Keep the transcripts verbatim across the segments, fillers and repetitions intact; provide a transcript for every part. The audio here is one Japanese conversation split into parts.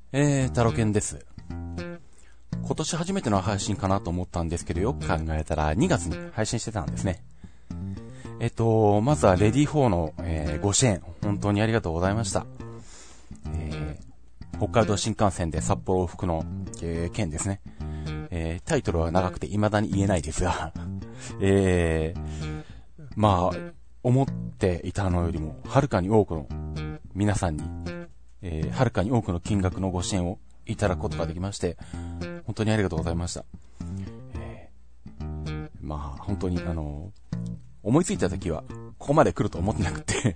えー、タロケンです。今年初めての配信かなと思ったんですけど、よく考えたらにがつに配信してたんですね。えっと、まずはレディーフォーの、えー、ご支援、本当にありがとうございました。えー、北海道新幹線で札幌往復の、えー、件ですね。えー、タイトルは長くて未だに言えないですが、えー、まあ、思っていたのよりも、はるかに多くの皆さんに、えー、はるかに多くの金額のご支援をいただくことができまして、本当にありがとうございました。えー、まあ、本当に、あの、思いついた時は、ここまで来ると思ってなくて、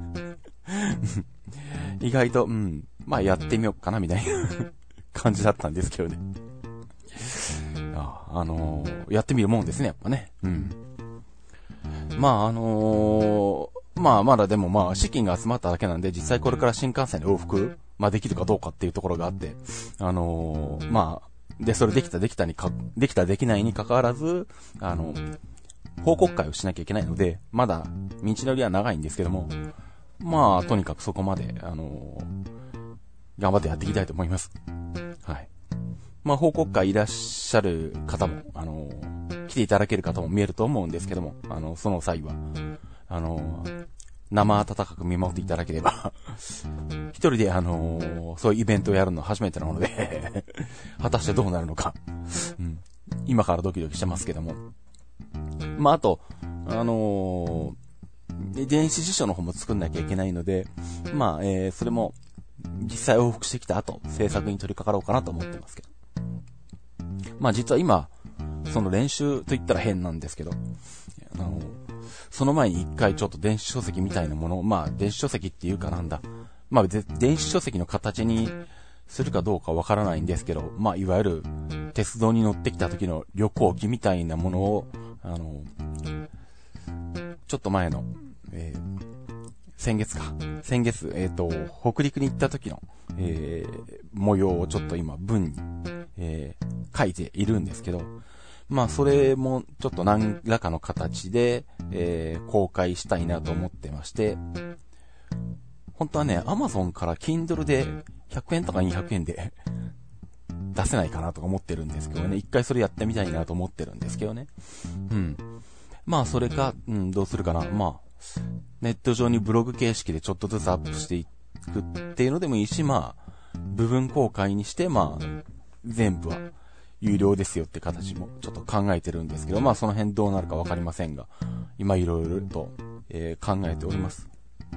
意外と、うん、まあやってみようかな、みたいな感じだったんですけどね。あ、あのー、やってみるもんですね、やっぱね。うん。まあ、あのー、まあまだでもまあ資金が集まっただけなんで、実際これから新幹線で往復、まあできるかどうかっていうところがあって、あのー、まあ、で、それできたできたにか、できたできないに関わらず、あの、報告会をしなきゃいけないので、まだ道のりは長いんですけども、まあ、とにかくそこまで、あのー、頑張ってやっていきたいと思います。はい。まあ、報告会いらっしゃる方も、あのー、来ていただける方も見えると思うんですけども、あの、その際は、あのー、生温かく見守っていただければ一人であのー、そういうイベントをやるの初めてなので果たしてどうなるのか、うん、今からドキドキしてますけども、まああとあのー、電子辞書の方も作んなきゃいけないので、まあ、えー、それも実際往復してきた後制作に取り掛かろうかなと思ってますけど、まあ実は今その練習と言ったら変なんですけど、あのーその前に一回ちょっと電子書籍みたいなものを、まあ電子書籍っていうかなんだ、まあ電子書籍の形にするかどうかわからないんですけど、まあいわゆる鉄道に乗ってきた時の旅行記みたいなものを、あの、ちょっと前の、えー、先月か、先月、えっと、北陸に行った時の、えー、模様をちょっと今文に、えー、書いているんですけど、まあそれもちょっと何らかの形で、えー、公開したいなと思ってまして、本当はね、Amazon から Kindle でひゃくえんとかにひゃくえんで出せないかなとか思ってるんですけどね、一回それやってみたいなと思ってるんですけどね。うん。まあそれか、うん、どうするかな。まあ、ネット上にブログ形式でちょっとずつアップしていくっていうのでもいいし、まあ、部分公開にして、まあ、全部は有料ですよって形もちょっと考えてるんですけど、まあその辺どうなるかわかりませんが、今いろいろと、えー、考えております。うん、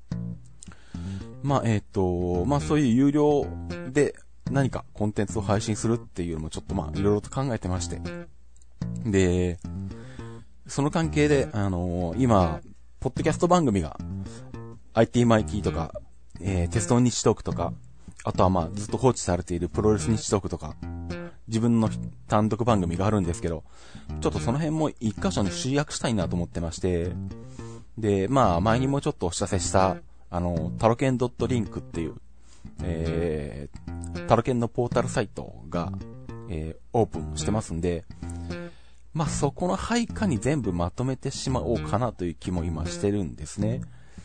まあえっと、まあそういう有料で何かコンテンツを配信するっていうのもちょっとまあいろいろと考えてまして。で、その関係で、あのー、今、ポッドキャスト番組が アイティー マイティーとか、えー、鉄道日トークとか、あとはまあずっと放置されているプロレス日トークとか、自分の単独番組があるんですけど、ちょっとその辺も一箇所に集約したいなと思ってまして、で、まあ前にもちょっとお知らせした、あの、タロケン .link っていう、えー、タロケンのポータルサイトが、えー、オープンしてますんで、まあそこの配下に全部まとめてしまおうかなという気も今してるんですね。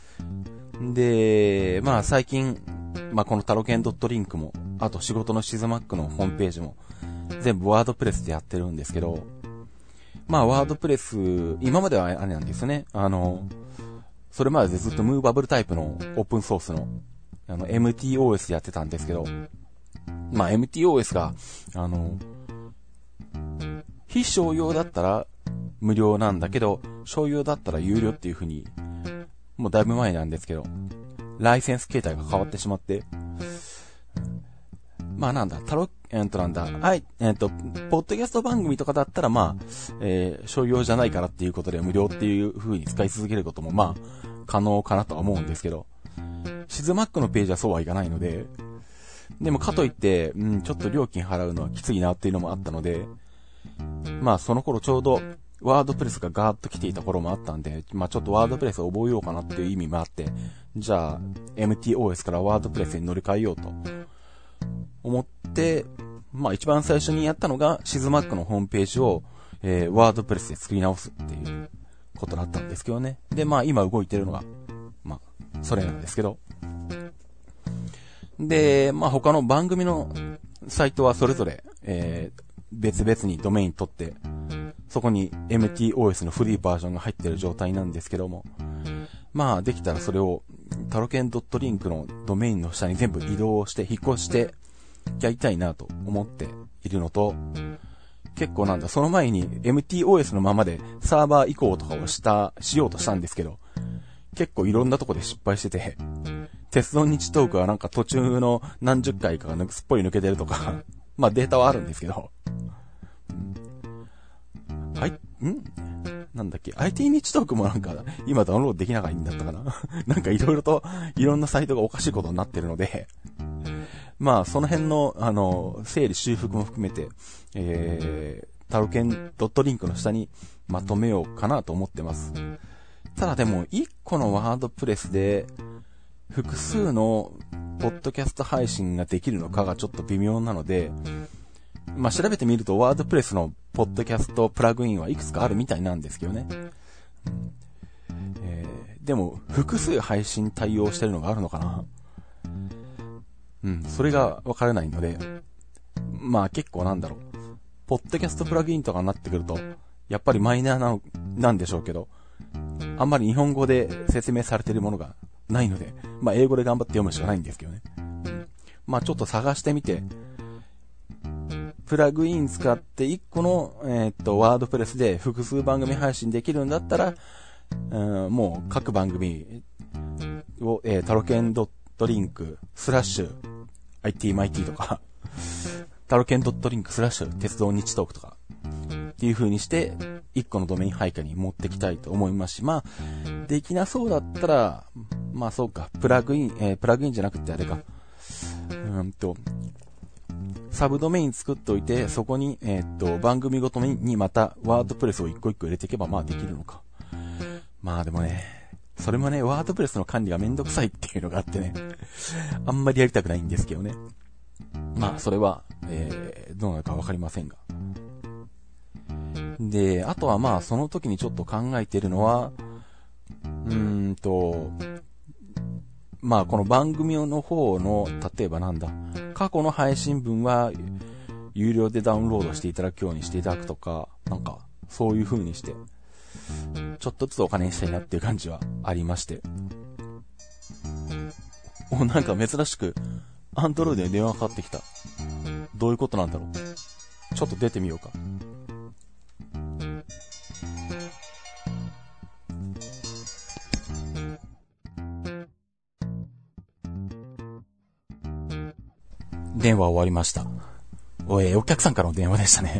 で、まあ最近、まあこのタロケン .link も、あと仕事のシズマックのホームページも、全部ワードプレスでやってるんですけど、まあワードプレス、今まではあれなんですよね。あの、それまでずっとムーバブルタイプのオープンソースの、あの エムティーオーエス でやってたんですけど、まあ エムティーオーエス が、あの、非商用だったら無料なんだけど、商用だったら有料っていう風に、もうだいぶ前なんですけど、ライセンス形態が変わってしまって、まあなんだ、タロ、えー、っとなんだ、はい、えー、っと、ポッドキャスト番組とかだったらまあ、えー、商用じゃないからっていうことで無料っていう風に使い続けることもまあ、可能かなとは思うんですけど、シズマックのページはそうはいかないので、でもかといって、うん、ちょっと料金払うのはきついなっていうのもあったので、まあその頃ちょうど、ワードプレスがガーッと来ていた頃もあったんで、まあちょっとワードプレスを覚えようかなっていう意味もあって、じゃあ、エムティーオーエス からワードプレスに乗り換えようと。思って、まあ一番最初にやったのがシズマックのホームページを、えー、ワードプレスで作り直すっていうことだったんですけどね。で、まあ今動いてるのが、まあ、それなんですけど。 で、まあ他の番組のサイトはそれぞれ、えー、別々にドメイン取って、そこに エムティーオーエス のフリーバージョンが入ってる状態なんですけども、まあできたらそれをタロケン .link のドメインの下に全部移動して引っ越してやりたいなと思っているのと、結構なんだ、その前に エムティーオーエス のままでサーバー移行とかをした、しようとしたんですけど、結構いろんなとこで失敗してて、鉄道日トークはなんか途中の何十回かがすっぽり抜けてるとか、まあデータはあるんですけど、はい、んなんだっけ アイティー 日トークもなんか今ダウンロードできなかったんだったかななんかいろいろといろんなサイトがおかしいことになってるので、まあその辺のあの整理修復も含めて、えー、タロケン .link の下にまとめようかなと思ってます。ただでもいっこのワードプレスで複数のポッドキャスト配信ができるのかがちょっと微妙なので、まあ調べてみるとワードプレスのポッドキャストプラグインはいくつかあるみたいなんですけどね。えー、でも複数配信対応してるのがあるのかな。うん、それがわからないので、まあ結構なんだろう。ポッドキャストプラグインとかになってくると、やっぱりマイナーなの、なんでしょうけど、あんまり日本語で説明されているものがないので、まあ英語で頑張って読むしかないんですけどね。うん、まあちょっと探してみて、プラグイン使っていっこの、えー、っと、ワードプレスで複数番組配信できるんだったら、うん、もう各番組を、えー、タロケン .link スラッシュ アイティー マイティー とか、タロケン .link スラッシュ鉄道日トークとか、っていう風にして、いっこのドメイン配下に持ってきたいと思いますし、まあ、できなそうだったら、まあそうか、プラグイン、えー、プラグインじゃなくてあれか、うんと、サブドメイン作っておいて、そこに、えー、っと、番組ごとにまたワードプレスを一個一個入れていけば、まあできるのか。まあでもね、それもね、ワードプレスの管理がめんどくさいっていうのがあってね、あんまりやりたくないんですけどね。まあ、それは、えー、どうなるかわかりませんが。で、あとはまあ、その時にちょっと考えているのは、うーんと、まあこの番組の方の、例えばなんだ、過去の配信分は有料でダウンロードしていただくようにしていただくとか、なんかそういう風にして、ちょっとずつお金にしたいなっていう感じはありまして。お、なんか珍しく、アンドロイドに電話かかってきた。どういうことなんだろう。ちょっと出てみようか。電話終わりました。おい、お客さんからの電話でしたね。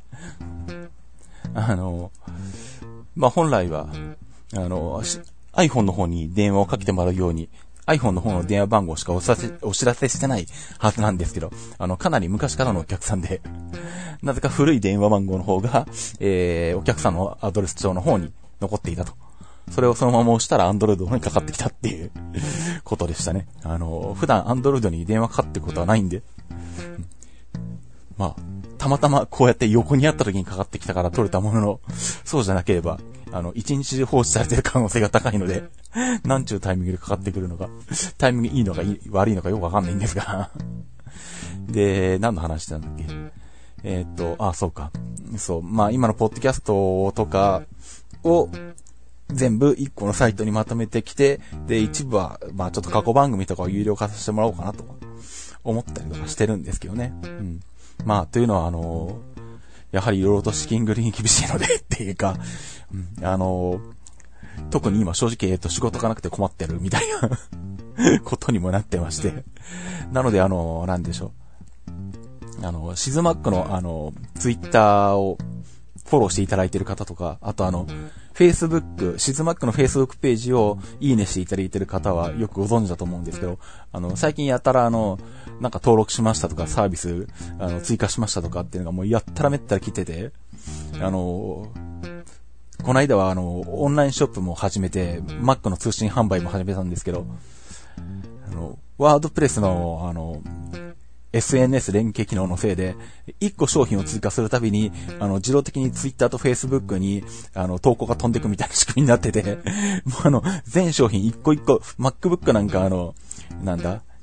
あの、まあ、本来は、あの、iPhone の方に電話をかけてもらうように、iPhone の方の電話番号しかお知らせ、お知らせしてないはずなんですけど、あの、かなり昔からのお客さんで、なぜか古い電話番号の方が、えー、お客さんのアドレス帳の方に残っていたと。それをそのまま押したら Android の方にかかってきたっていうことでしたね。あの、普段 Android に電話かかってくことはないんで、うん、まあ、たまたまこうやって横にあった時にかかってきたから取れたものの、そうじゃなければ、あの、一日中放置されてる可能性が高いので、なんちゅうタイミングでかかってくるのか、タイミングいいのかいい悪いのかよくわかんないんですが。で、何の話なんだっけ。えー、っと、あ、そうか。そう、まあ今のポッドキャストとかを、全部一個のサイトにまとめてきて、で、一部は、まあちょっと過去番組とかを有料化させてもらおうかなと思ったりとかしてるんですけどね。うん。まあ、というのは、あのー、やはりいろいろと資金繰りに厳しいのでっていうか、うん、あのー、特に今正直、えっと、仕事がなくて困ってるみたいなことにもなってまして。なので、あのー、なんでしょう。あの、シズマックの、あの、ツイッターをフォローしていただいている方とか、あとあの、Facebook、シズマックの Facebook ページをいいねしていただいている方はよくご存知だと思うんですけど、あの、最近やたらあの、なんか登録しましたとかサービス、あの、追加しましたとかっていうのがもうやったらめったら来てて、あの、この間はあの、オンラインショップも始めて、Mac の通信販売も始めたんですけど、あの、ワードプレスのあの、エスエヌエス 連携機能のせいで、いっこ商品を追加するたびに、あの、自動的に Twitter と Facebook に、あの、投稿が飛んでいくみたいな仕組みになってて、もうあの、全商品いっこいっこ、MacBook なんかあの、なんだ、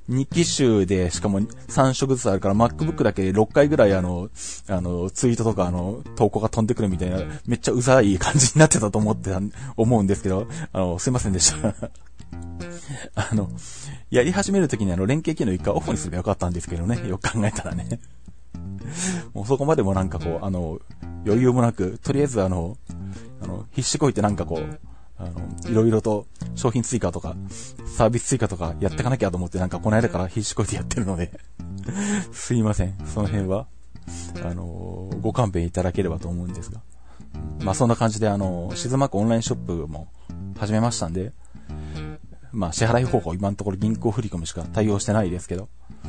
に機種で、しかもさん色ずつあるから MacBook だけでろっかいぐらいあの、あの、ツイートとかあの、投稿が飛んでくるみたいな、めっちゃうざい感じになってたと思ってた、思うんですけど、あの、すいませんでした。あの、やり始めるときにあの、連携機能一回オフにすればよかったんですけどね、よく考えたらね。もうそこまでもなんかこう、あの、余裕もなく、とりあえずあの、あの、必死こいてなんかこう、あの、いろいろと商品追加とか、サービス追加とかやっていかなきゃと思ってなんかこの間から必死こいてやってるので、すいません。その辺は、あの、ご勘弁いただければと思うんですが。まあそんな感じであの、静まくオンラインショップも始めましたんで、まあ支払い方法今のところ銀行振込しか対応してないですけど、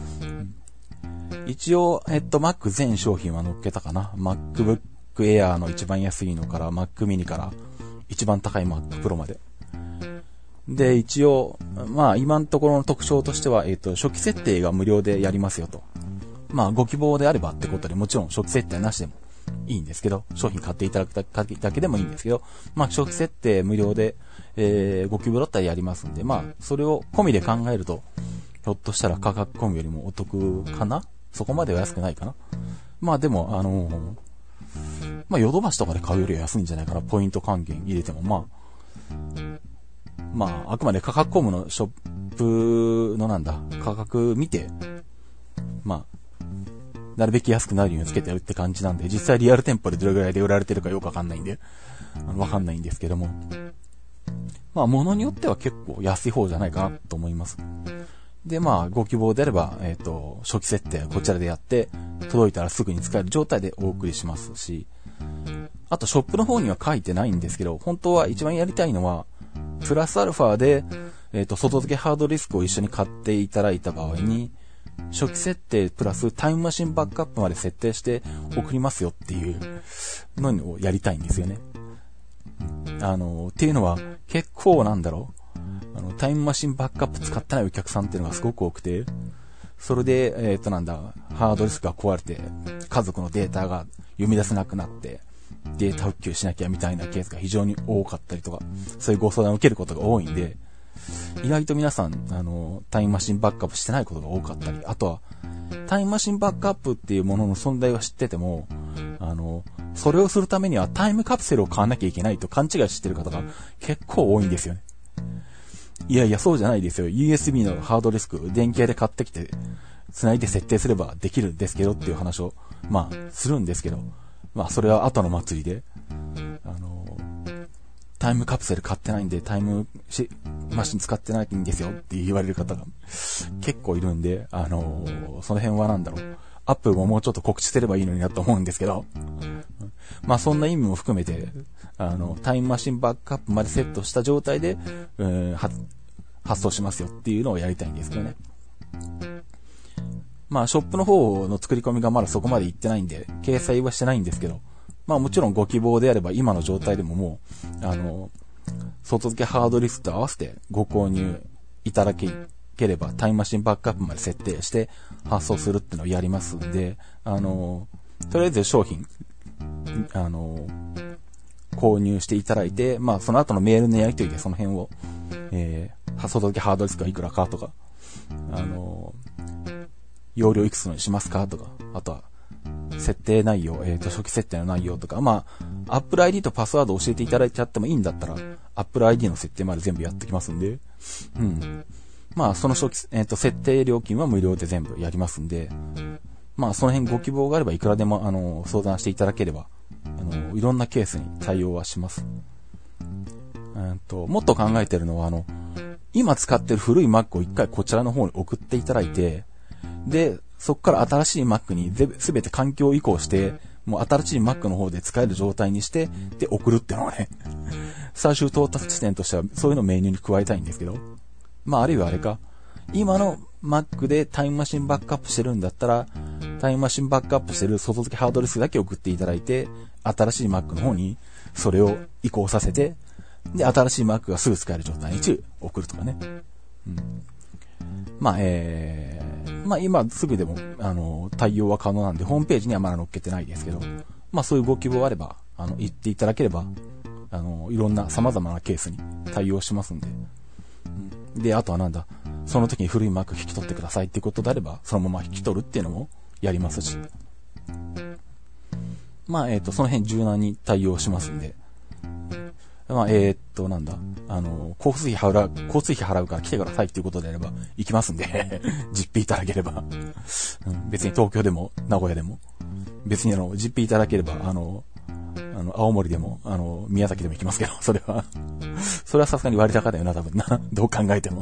一応、えっと、Mac 全商品は載っけたかな。MacBook Air の一番安いのから、Mac mini から、一番高い Mac Pro まで。で、一応、まあ、今のところの特徴としては、えっと、初期設定が無料でやりますよと。まあ、ご希望であればってことで、もちろん初期設定なしでもいいんですけど、商品買っていただくだけでもいいんですけど、まあ、初期設定無料で、えー、ご希望だったらやりますんで、まあ、それを込みで考えると、ひょっとしたら価格込みよりもお得かな？そこまでは安くないかな。まあでも、あのー、まあヨドバシとかで買うよりは安いんじゃないかな。ポイント還元入れても、まあ、まあ、あくまで価格コムのショップのなんだ、価格見て、まあ、なるべき安くなるようにつけてるって感じなんで、実際リアル店舗でどれぐらいで売られてるかよくわかんないんで、わかんないんですけども。まあ、物によっては結構安い方じゃないかなと思います。で、まあ、ご希望であれば、えっと、初期設定こちらでやって、届いたらすぐに使える状態でお送りしますし、あと、ショップの方には書いてないんですけど、本当は一番やりたいのは、プラスアルファで、えっと、外付けハードディスクを一緒に買っていただいた場合に、初期設定プラスタイムマシンバックアップまで設定して送りますよっていうのをやりたいんですよね。あの、っていうのは、結構なんだろう。あの、タイムマシンバックアップ使ってないお客さんっていうのがすごく多くて、それで、えっとなんだ、ハードディスクが壊れて、家族のデータが読み出せなくなって、データ復旧しなきゃみたいなケースが非常に多かったりとか、そういうご相談を受けることが多いんで、意外と皆さん、あの、タイムマシンバックアップしてないことが多かったり、あとは、タイムマシンバックアップっていうものの存在は知ってても、あの、それをするためにはタイムカプセルを買わなきゃいけないと勘違いしてる方が結構多いんですよね。いやいや、そうじゃないですよ。ユーエスビー のハードディスク、電気屋で買ってきて、繋いで設定すればできるんですけどっていう話を、まあ、するんですけど、まあ、それは後の祭りで、あの、タイムカプセル買ってないんで、タイムしマシン使ってないんですよって言われる方が結構いるんで、あの、その辺はなんだろう。アップルももうちょっと告知すればいいのになと思うんですけど、まあそんな意味も含めて、あの、タイムマシンバックアップまでセットした状態で、うん、発送しますよっていうのをやりたいんですけどね。まあショップの方の作り込みがまだそこまでいってないんで、掲載はしてないんですけど、まあもちろんご希望であれば今の状態でももう、あの、外付けハードディスクと合わせてご購入いただければタイムマシンバックアップまで設定して発送するってのをやりますんで、あの、とりあえず商品、あの、購入していただいて、まあその後のメールのやり取りでその辺を、えー、外付けハードディスクがいくらかとか、あの、容量いくつのにしますかとか、あとは、設定内容、えっと、初期設定の内容とか、まあ、Apple アイディー とパスワードを教えていただいちゃってもいいんだったら、Apple アイディー の設定まで全部やってきますんで、うん。まあ、その初期、えっと、設定料金は無料で全部やりますんで、まあ、その辺ご希望があればいくらでも、あの、相談していただければ、あの、いろんなケースに対応はします。うんと、もっと考えてるのは、あの、今使ってる古い Mac を一回こちらの方に送っていただいて、で、そこから新しい Mac にすべて環境移行して、もう新しい Mac の方で使える状態にして、で、送るっていうのはね、最終到達地点としてはそういうのをメニューに加えたいんですけど、まあ、あるいはあれか、今の Mac でタイムマシンバックアップしてるんだったら、タイムマシンバックアップしてる外付けハードディスクだけ送っていただいて、新しい Mac の方にそれを移行させて、で、新しい Mac がすぐ使える状態に送るとかね。うん、まあ、えー、まあ今すぐでも、あの、対応は可能なんで、ホームページにはまだ載っけてないですけど、まあそういうご希望あれば、あの、言っていただければ、あの、いろんな様々なケースに対応しますんで。うん、で、あとはなんだ、 その時に古い Mac 引き取ってくださいっていうことであれば、そのまま引き取るっていうのもやりますし。まあ、えっと、その辺柔軟に対応しますんで。まあ、えー、っと、なんだ、あの、交通費払う、交通費払うから来てくださいっていうことであれば、行きますんで、実費いただければ、うん。別に東京でも、名古屋でも、別にあの、実費いただければ、あの、あの、青森でも、あの、宮崎でも行きますけど、それは、それはさすがに割高だよな、多分な。どう考えても。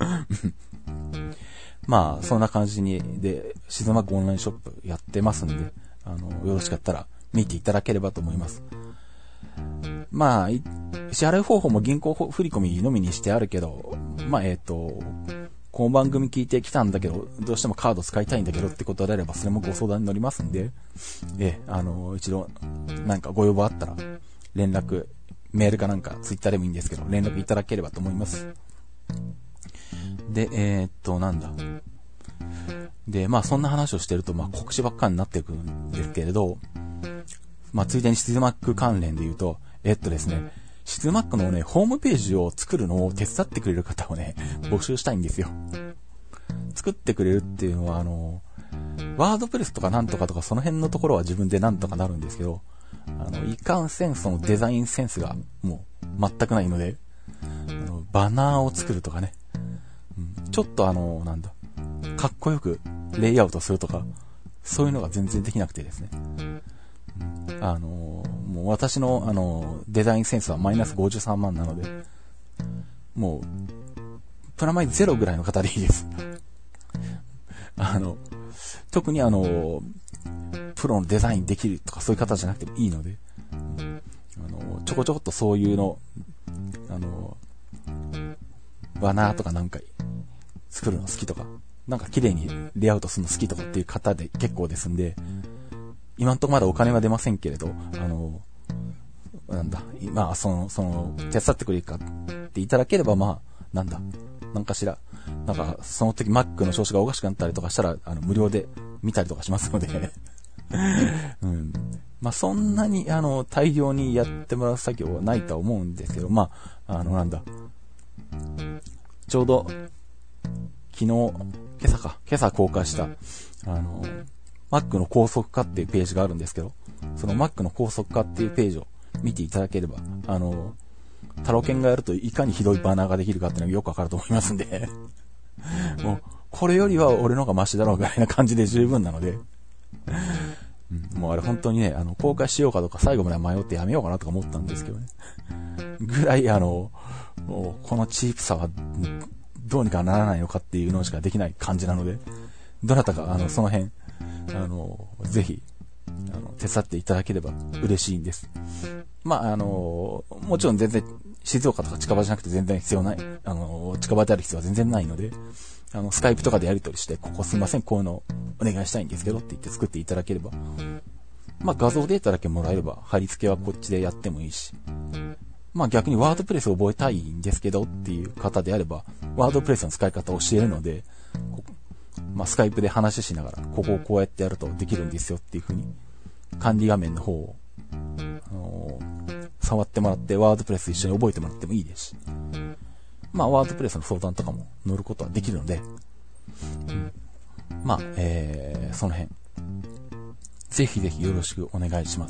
まあ、そんな感じに、で、シズマックオンラインショップやってますんで、あの、よろしかったら見ていただければと思います。まあ、支払い方法も銀行振込のみにしてあるけど、まあ、えっと、この番組聞いてきたんだけど、どうしてもカード使いたいんだけどってことであれば、それもご相談に乗りますんで、え、あの、一度、なんかご要望あったら、連絡、メールかなんか、ツイッターでもいいんですけど、連絡いただければと思います。で、えー、っと、なんだ。で、まあ、そんな話をしてると、まあ、告知ばっかりになっていくんですけれど、まあ、ついでにシズマック関連で言うと、えっとですね、シズマックのね、ホームページを作るのを手伝ってくれる方をね、募集したいんですよ。作ってくれるっていうのは、あの、ワードプレスとかなんとかとかその辺のところは自分でなんとかなるんですけど、あの、いかんせんそのデザインセンスがもう全くないので、あのバナーを作るとかね、うん、ちょっとあの、なんだ、かっこよくレイアウトするとか、そういうのが全然できなくてですね。あの、もう私のあの、デザインセンスはマイナスごじゅうさんまんなので、もう、プラマイゼロぐらいの方でいいです。あの、特にあの、プロのデザインできるとかそういう方じゃなくてもいいので、あの、ちょこちょこっとそういうの、あの、バナーとかなんか作るの好きとか、なんか綺麗にレイアウトするの好きとかっていう方で結構ですんで、今んとこまだお金は出ませんけれど、あの、なんだ、まあ、その、その、手伝ってくれるかっていただければ、まあ、なんだ、なんかしら、なんか、その時 Mac の調子がおかしくなったりとかしたら、あの、無料で見たりとかしますので、うん。まあ、そんなに、あの、大量にやってもらう作業はないとは思うんですけど、まあ、あの、なんだ、ちょうど、昨日、今朝か、今朝公開した、あの、Mac の高速化っていうページがあるんですけど、その Mac の高速化っていうページを見ていただければ、あの、タロケンがやるといかにひどいバナーができるかっていうのがよくわかると思いますんで、もう、これよりは俺の方がマシだろうぐらいな感じで十分なので、うん、もうあれ本当にね、あの、公開しようかどうか最後まで迷ってやめようかなとか思ったんですけどね。ぐらいあの、もうこのチープさはどうにかならないのかっていうのしかできない感じなので、どなたかあの、その辺、あの、ぜひ、あの、手伝っていただければ嬉しいんです。まあ、あの、もちろん全然、静岡とか近場じゃなくて全然必要ない、あの、近場である必要は全然ないので、あの、スカイプとかでやり取りして、ここすいません、こういうのお願いしたいんですけどって言って作っていただければ、まあ、画像データだけもらえれば、貼り付けはこっちでやってもいいし、まあ逆にワードプレスを覚えたいんですけどっていう方であれば、ワードプレスの使い方を教えるので、まあ、スカイプで話しながら、ここをこうやってやるとできるんですよっていう風に、管理画面の方を、あのー、触ってもらって、ワードプレス一緒に覚えてもらってもいいですし、まあ、ワードプレスの相談とかも乗ることはできるので、うん、まあ、えー、その辺、ぜひぜひよろしくお願いします。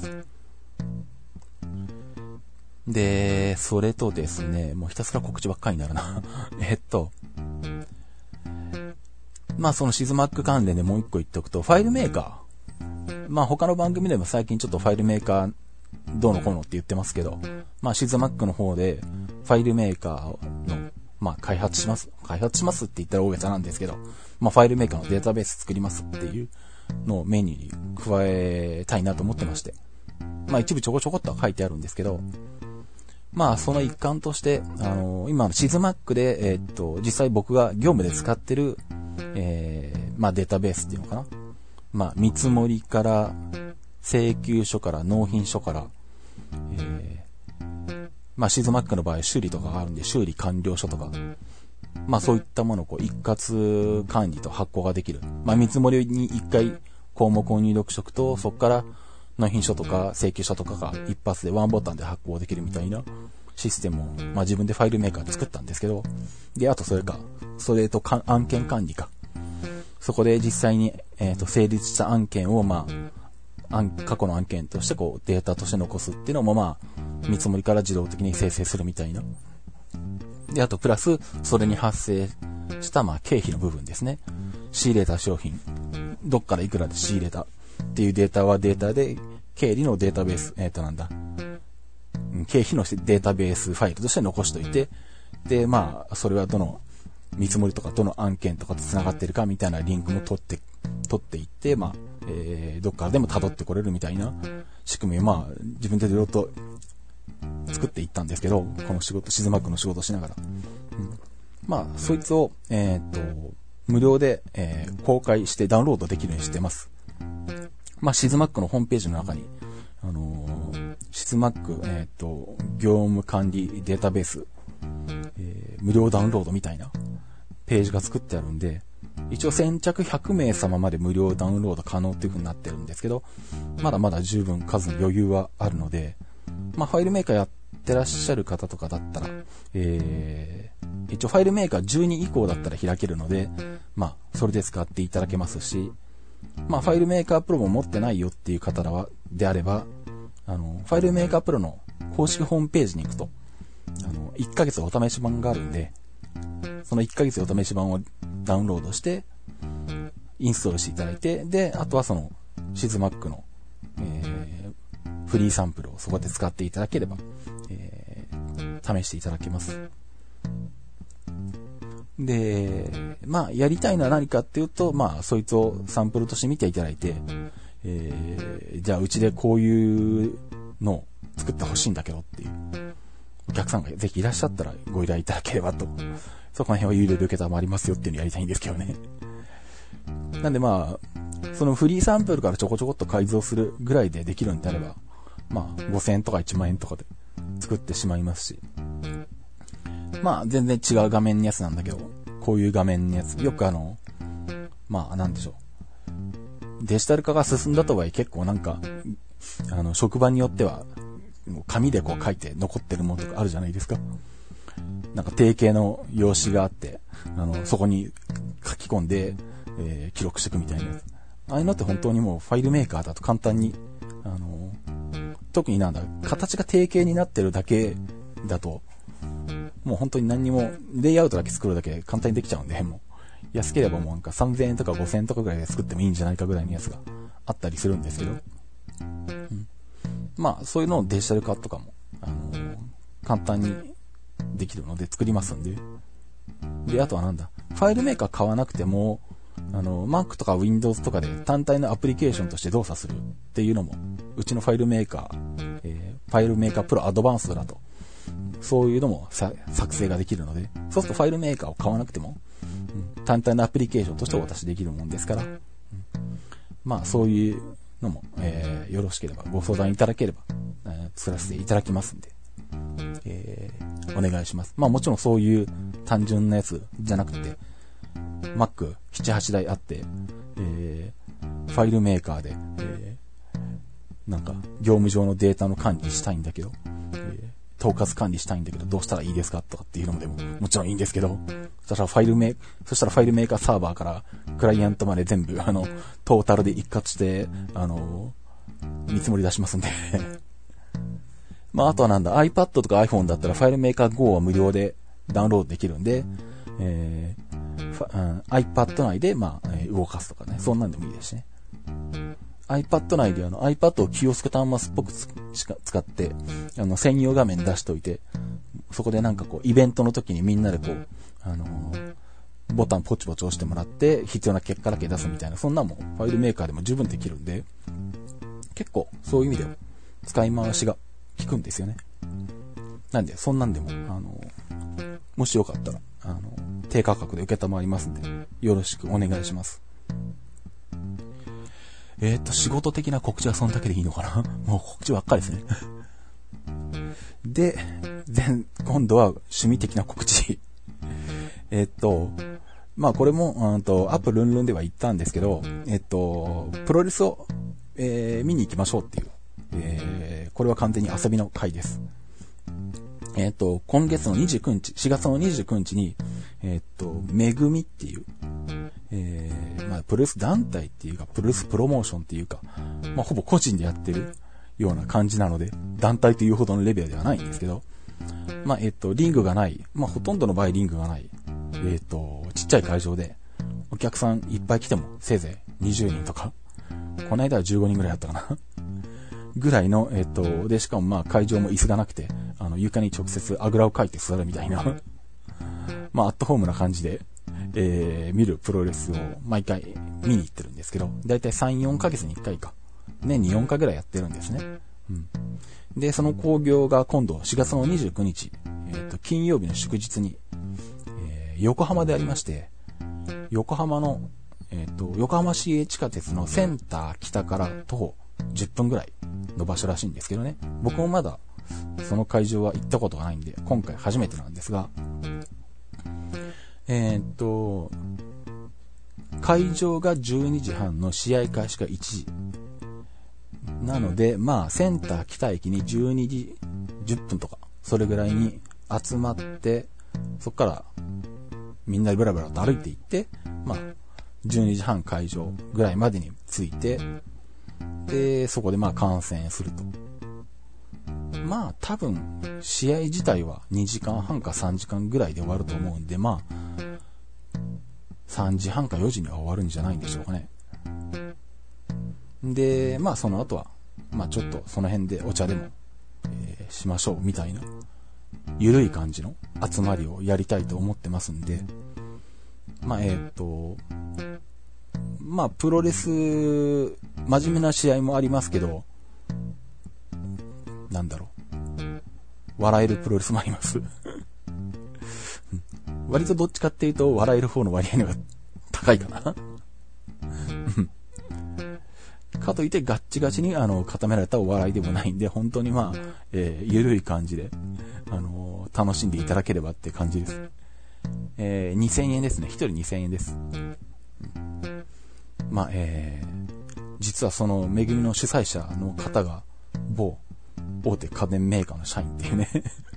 で、それとですね、もうひたすら告知ばっかりになるな。えっと、まあそのシズマック関連でもう一個言っておくと、ファイルメーカー。まあ他の番組でも最近ちょっとファイルメーカーどうのこうのって言ってますけど、まあシズマックの方でファイルメーカーの、まあ開発します。開発しますって言ったら大げさなんですけど、まあファイルメーカーのデータベース作りますっていうのをメニューに加えたいなと思ってまして。まあ一部ちょこちょこっとは書いてあるんですけど、まあその一環として、あのー、今のシズマックで、えー、っと、実際僕が業務で使ってる、えー、まあデータベースっていうのかな。まあ見積もりから、請求書から、納品書から、えー、まあシズマックの場合修理とかがあるんで、修理完了書とか、まあそういったものをこう一括管理と発行ができる。まあ見積もりに一回項目を入力しとくと、そこから納品書とか請求書とかが一発でワンボタンで発行できるみたいな、 システムを、まあ、自分でファイルメーカーで作ったんですけど、で、あとそれか、それとか案件管理か。そこで実際に、えっと、成立した案件を、まあ、案過去の案件としてこうデータとして残すっていうのも、まあ、見積もりから自動的に生成するみたいな。で、あとプラス、それに発生した、まあ、経費の部分ですね。仕入れた商品、どっからいくらで仕入れたっていうデータはデータで、経理のデータベース、えっとなんだ、経費のデータベースファイルとして残しといて、で、まあ、それはどの見積もりとかどの案件とかと繋がってるかみたいなリンクも取って、取っていって、まあ、えー、どっからでも辿ってこれるみたいな仕組みを、まあ、自分でいろいろと作っていったんですけど、この仕事、シズマックの仕事をしながら。うん、まあ、そいつを、えー、っと、無料で、えー、公開してダウンロードできるようにしてます。まあ、シズマックのホームページの中に、あのー、シズマック、えっと、業務管理データベース、えー、無料ダウンロードみたいなページが作ってあるんで、一応先着ひゃくめい様まで無料ダウンロード可能っていう風になってるんですけど、まだまだ十分数の余裕はあるので、まあ、ファイルメーカーやってらっしゃる方とかだったら、えー、一応ファイルメーカーじゅうに以降だったら開けるので、まあ、それで使っていただけますし、まあ、ファイルメーカープロも持ってないよっていう方らは、であれば、あの、ファイルメーカープロの公式ホームページに行くと、あの、いっかげつお試し版があるんで、そのいっかげつお試し版をダウンロードして、インストールしていただいて、で、あとはその、シズマックの、えー、フリーサンプルをそこで使っていただければ、えー、試していただけます。で、まあ、やりたいのは何かっていうと、まあ、そいつをサンプルとして見ていただいて、えー、じゃあ、うちでこういうのを作ってほしいんだけどっていう、お客さんがぜひいらっしゃったらご依頼いただければと。そこら辺は有料で受けたまりますよっていうのをやりたいんですけどね。なんでまあ、そのフリーサンプルからちょこちょこっと改造するぐらいでできるんであれば、まあ、ごせんえんとかいちまんえんとかで作ってしまいますし、まあ、全然違う画面のやつなんだけど、こういう画面のやつ、よくあの、まあ、なんでしょう。デジタル化が進んだとはいえ結構なんか、あの、職場によっては、紙でこう書いて残ってるものとかあるじゃないですか。なんか定型の用紙があって、あの、そこに書き込んで、えー、記録していくみたいなやつ。ああいうのって本当にもうファイルメーカーだと簡単に、あの、特になんだ、形が定型になってるだけだと、もう本当に何にも、レイアウトだけ作るだけで簡単にできちゃうんで、もう、安ければもうなんかさんぜんえんとかごせんえんとかぐらいで作ってもいいんじゃないかぐらいのやつがあったりするんですけど、うん、まあ、そういうのをデジタル化とかも、あのー、簡単にできるので作りますんで。で、あとはなんだ、ファイルメーカー買わなくても、あの、Mac とか Windows とかで単体のアプリケーションとして動作するっていうのも、うちのファイルメーカー、えー、ファイルメーカープロアドバンストだと、そういうのもさ作成ができるので、そうするとファイルメーカーを買わなくても、うん、単体のアプリケーションとしてお渡しできるもんですから、うん、まあそういうのも、えー、よろしければご相談いただければ、えー、作らせていただきますんで、えー、お願いします。まあもちろんそういう単純なやつじゃなくて、Mac なな、はちだいあって、えー、ファイルメーカーで、えー、なんか業務上のデータの管理したいんだけど、えー、統括管理したいんだけどどうしたらいいですかとかっていうのもでももちろんいいんですけど、そしたらファイルメそしたらファイルメーカーサーバーからクライアントまで全部あのトータルで一括してあの見積もり出しますんでまああとはなんだ iPad とか iPhone だったらファイルメーカー Go は無料でダウンロードできるんで、えー、うん、iPad 内でまあ、えー、動かすとかね、そんなんでもいいですしね。iPad 内であの iPad をキオスク端末っぽく使ってあの専用画面出しといて、そこでなんかこうイベントの時にみんなでこうあのー、ボタンポチポチ押してもらって必要な結果だけ出すみたいな、そんなもんファイルメーカーでも十分できるんで、結構そういう意味では使い回しが効くんですよね。なんでそんなんでもあのー、もしよかったらあのー、低価格で受けたまわりますんでよろしくお願いします。えーっと、仕事的な告知はそんだけでいいのかなもう告知ばっかりですね。で、then、今度は趣味的な告知。えーっと、まあこれも、うんと、アップルンルンでは言ったんですけど、えーっと、プロレスを、えー、見に行きましょうっていう、えー、これは完全に遊びの回です。 えっと、今月のにじゅうくにち、しがつのにじゅうくにちに、えっと、めぐみっていう、えー、まあ、プロレス団体っていうか、プロレスプロモーションっていうか、まあ、ほぼ個人でやってるような感じなので、団体というほどのレベルではないんですけど、まあ、えっと、リングがない、まあ、ほとんどの場合リングがない、えっと、ちっちゃい会場で、お客さんいっぱい来ても、せいぜいにじゅうにんとか、この間はじゅうごにんぐらいだったかな。ぐらいの、えっと、で、しかもまあ会場も椅子がなくて、あの、床に直接あぐらをかいて座るみたいな、まあ、アットホームな感じで、えー、見るプロレスを毎回見に行ってるんですけど、だいたいさん、よんかげつにいっかいか、年によんかいぐらいやってるんですね。うん。で、その興行が今度しがつのにじゅうくにち、えっと、金曜日の祝日に、えー、横浜でありまして、横浜の、えっと、横浜市営地下鉄のセンター北から徒歩じゅっぷんぐらいの場所らしいんですけどね。僕もまだその会場は行ったことがないんで、今回初めてなんですが、えー、っと、会場がじゅうにじはんの試合開始がいちじ。なので、まあ、センター北駅にじゅうにじじゅっぷんとか、それぐらいに集まって、そっからみんなでブラブラと歩いていって、まあ、じゅうにじはん会場ぐらいまでに着いて、で、そこでまあ観戦すると。まあ多分試合自体はにじかんはんかさんじかんぐらいで終わると思うんで、まあさんじはんかよじには終わるんじゃないんでしょうかね。で、まあその後はまあちょっとその辺でお茶でも、えー、しましょうみたいなゆるい感じの集まりをやりたいと思ってますんで、まあえーっとまあプロレス真面目な試合もありますけど、なんだろう、笑えるプロレスもあります割とどっちかっていうと笑える方の割合のが高いかなかといってガッチガチにあの固められたお笑いでもないんで、本当にまあ、えー、ゆるい感じで、あのー、楽しんでいただければって感じです。えー、にせんえんですね。ひとりにせんえんです。まあ、えー、実はそのめぐみの主催者の方が某大手家電メーカーの社員っていうね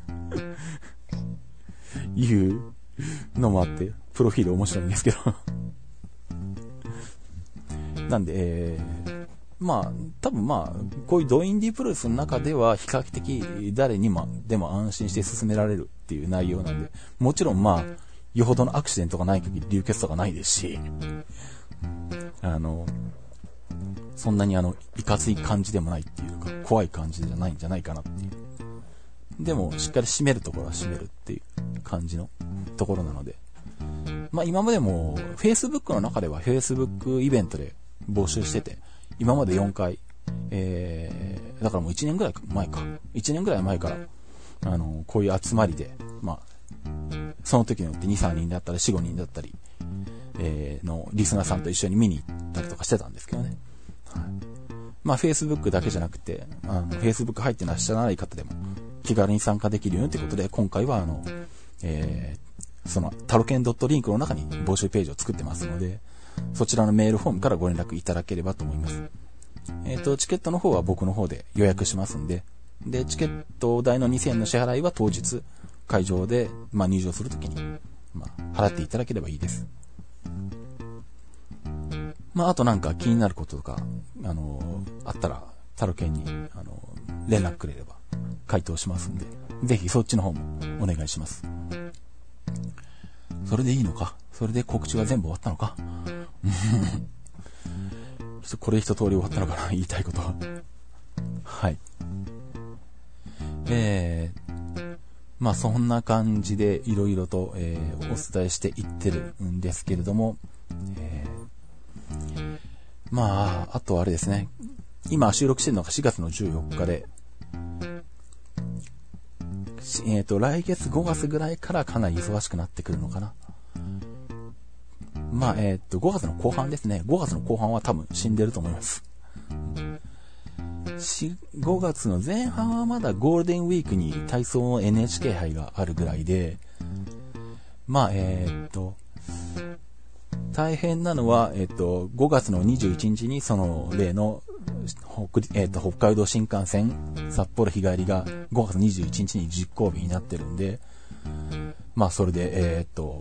いうのもあってプロフィール面白いんですけどなんで、えー、まあ多分まあこういうドインディープロレスの中では比較的誰にもでも安心して進められるっていう内容なんで、もちろんまあよほどのアクシデントがない限り流血とかないですし、あのそんなにあのいかつい感じでもないっていうか怖い感じじゃないんじゃないかなっていう。でもしっかり締めるところは締めるっていう感じのところなので、まあ今までも Facebook の中では Facebook イベントで募集してて、今までよんかい、えー、だからもういちねんぐらい前かいちねんぐらい前からあのこういう集まりで、まあその時によってに、さんにんだったりよん、ごにんだったり、えー、のリスナーさんと一緒に見に行ったりとかしてたんですけどね。はい、まあ Facebook だけじゃなくて、あの Facebook 入ってらっしゃらない方でも気軽に参加できるよということで、今回はあの、えー、そのタロケン .link の中に募集ページを作ってますので、そちらのメールフォームからご連絡いただければと思います。えっと、チケットの方は僕の方で予約しますんで、で、チケット代のにせんえんの支払いは当日会場で、まあ、入場するときに、まあ、払っていただければいいです。まあ、あとなんか気になることとか、あのー、あったら、タロケンに、あのー、連絡くれれば回答しますんで、ぜひそっちの方もお願いします。それでいいのか？それで告知は全部終わったのか？これ一通り終わったのかな、言いたいことは。はい。えー、まあそんな感じでいろいろと、えー、お伝えしていってるんですけれども、えー、まああとはあれですね、今収録してるのがしがつのじゅうよっかで、えーと来月ごがつぐらいからかなり忙しくなってくるのかな。まあえっとごがつの後半ですね。ごがつの後半は多分死んでると思います。ごがつの前半はまだゴールデンウィークに体操の エヌエイチケー 杯があるぐらいで、まあえー、っと大変なのは、えー、っとごがつのにじゅういちにちにその例の北、えーと、北海道新幹線札幌日帰りがごがつにじゅういちにちに実行日になってるんで、まあそれで、えっと、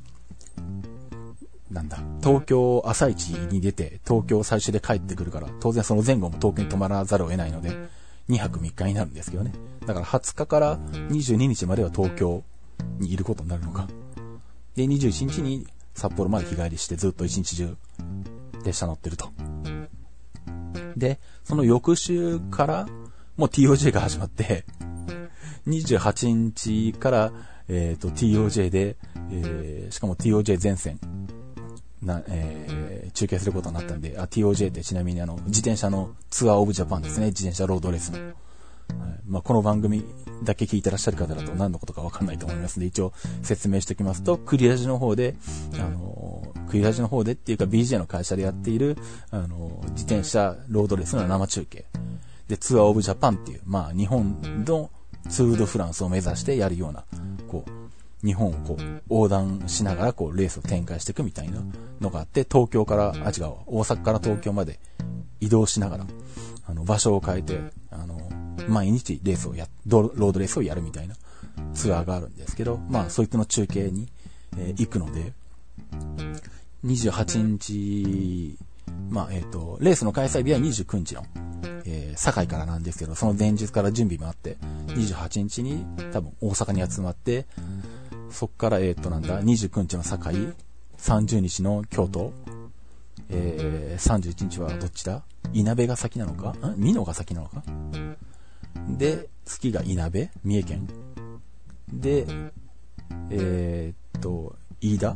なんだ、東京朝一に出て、東京最終で帰ってくるから、当然その前後も東京に泊まらざるを得ないので、にはくみっかになるんですけどね。だからはつかからにじゅうににちまでは東京にいることになるのか。で、にじゅういちにちに札幌まで日帰りしてずっと一日中列車乗ってると。で、その翌週からもう ティーオージェー が始まって、にじゅうはちにちから、えっと、ティーオージェー で、えー、しかも ティーオージェー 全線な、えー、中継することになったんで、あ、ティーオージェー ってちなみにあの、自転車のツアーオブジャパンですね。自転車ロードレースの。はい、まあ、この番組だけ聞いてらっしゃる方だと何のことかわかんないと思いますので、一応説明しておきますと、クリラジの方で、あのー、クリラジの方でっていうか ビージェー の会社でやっている、あのー、自転車ロードレースの生中継。で、ツアーオブジャパンっていう、まあ、日本のツールドフランスを目指してやるような、こう、日本をこう、横断しながらこう、レースを展開していくみたいなのがあって、東京から、あ、違う、大阪から東京まで移動しながら、あの、場所を変えて、あの、毎日レースをや、ロードレースをやるみたいなツアーがあるんですけど、まあ、そいつの中継に、えー、行くので、にじゅうはちにち、まあ、えっと、レースの開催日はにじゅうくにちの、えー、堺からなんですけど、その前日から準備もあって、にじゅうはちにちに多分大阪に集まって、そっから、えっと、なんだ、にじゅうくにちの堺、さんじゅうにちの京都、えー、さんじゅういちにちはどっちだ？いなべが先なのか？ん？美濃が先なのか？で、次がいなべ、三重県。で、えー、っと、飯田。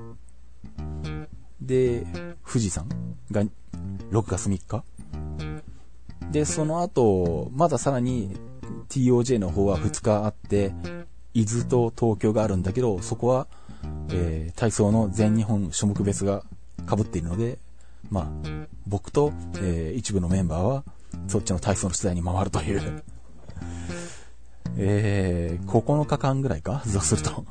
で、富士山がろくがつみっか。で、その後、まださらに ティーオージェー の方はふつかあって、伊豆と東京があるんだけど、そこは、えー、体操の全日本種目別が被っているので、まあ、僕と、えー、一部のメンバーは、そっちの体操の取材に回るという、えー、ここのかかんぐらいかそうすると。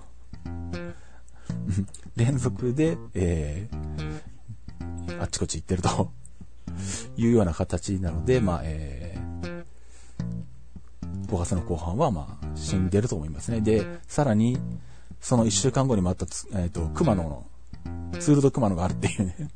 連続で、えー、あっちこっち行ってるというような形なので、まあ、えー、ごがつの後半は、まあ、死んでると思いますね。で、さらに、そのいっしゅうかんごにもあった、えっと、熊野の、ツールド熊野があるっていうね。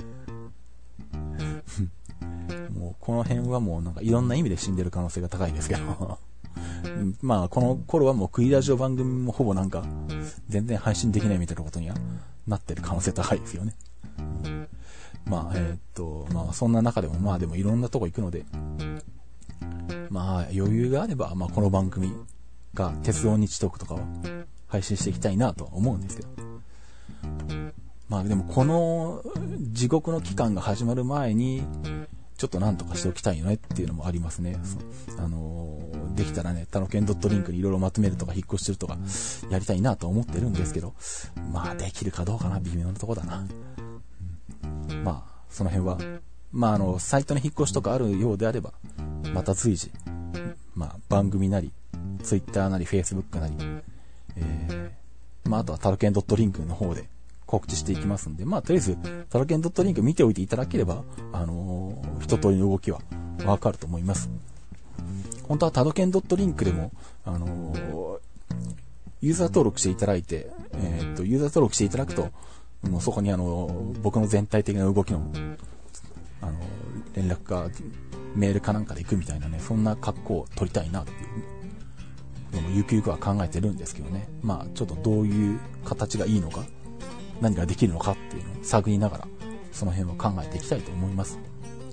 もう、この辺はもうなんかいろんな意味で死んでる可能性が高いですけど。まあ、この頃はもうクイラジオ番組もほぼなんか、全然配信できないみたいなことにはなってる可能性高いですよね。まあ、えー、っと、まあ、そんな中でも、まあでもいろんなとこ行くので、まあ、余裕があれば、まあ、この番組が、鉄道日トークとかを配信していきたいなとは思うんですけど。まあ、でもこの地獄の期間が始まる前に、ちょっとなんとかしておきたいよねっていうのもありますね。あのー、できたらね、タロケンドットリンクにいろいろまとめるとか引っ越してるとかやりたいなと思ってるんですけど、まあできるかどうかな、微妙なとこだな。うん、まあ、その辺は、まああの、サイトに引っ越しとかあるようであれば、また随時、まあ番組なり、ツイッターなり、フェイスブックなり、えー、まああとはタロケンドットリンクの方で、告知していきますんで、まあ、とりあえず、タロケンドットリンク見ておいていただければ、あのー、一通りの動きはわかると思います。本当はタロケンドットリンクでも、あのー、ユーザー登録していただいて、えー、っと、ユーザー登録していただくと、もうそこにあのー、僕の全体的な動きの、あのー、連絡か、メールかなんかで行くみたいなね、そんな格好を取りたいなっていうのも、ゆくゆくは考えてるんですけどね。まあ、ちょっとどういう形がいいのか、何ができるのかっていうのを探りながらその辺を考えていきたいと思います。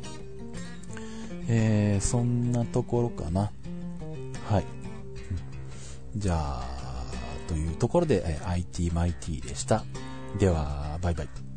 えー、そんなところかな。はい、うん、じゃあというところで、えー、アイティー マイティー でした。ではバイバイ。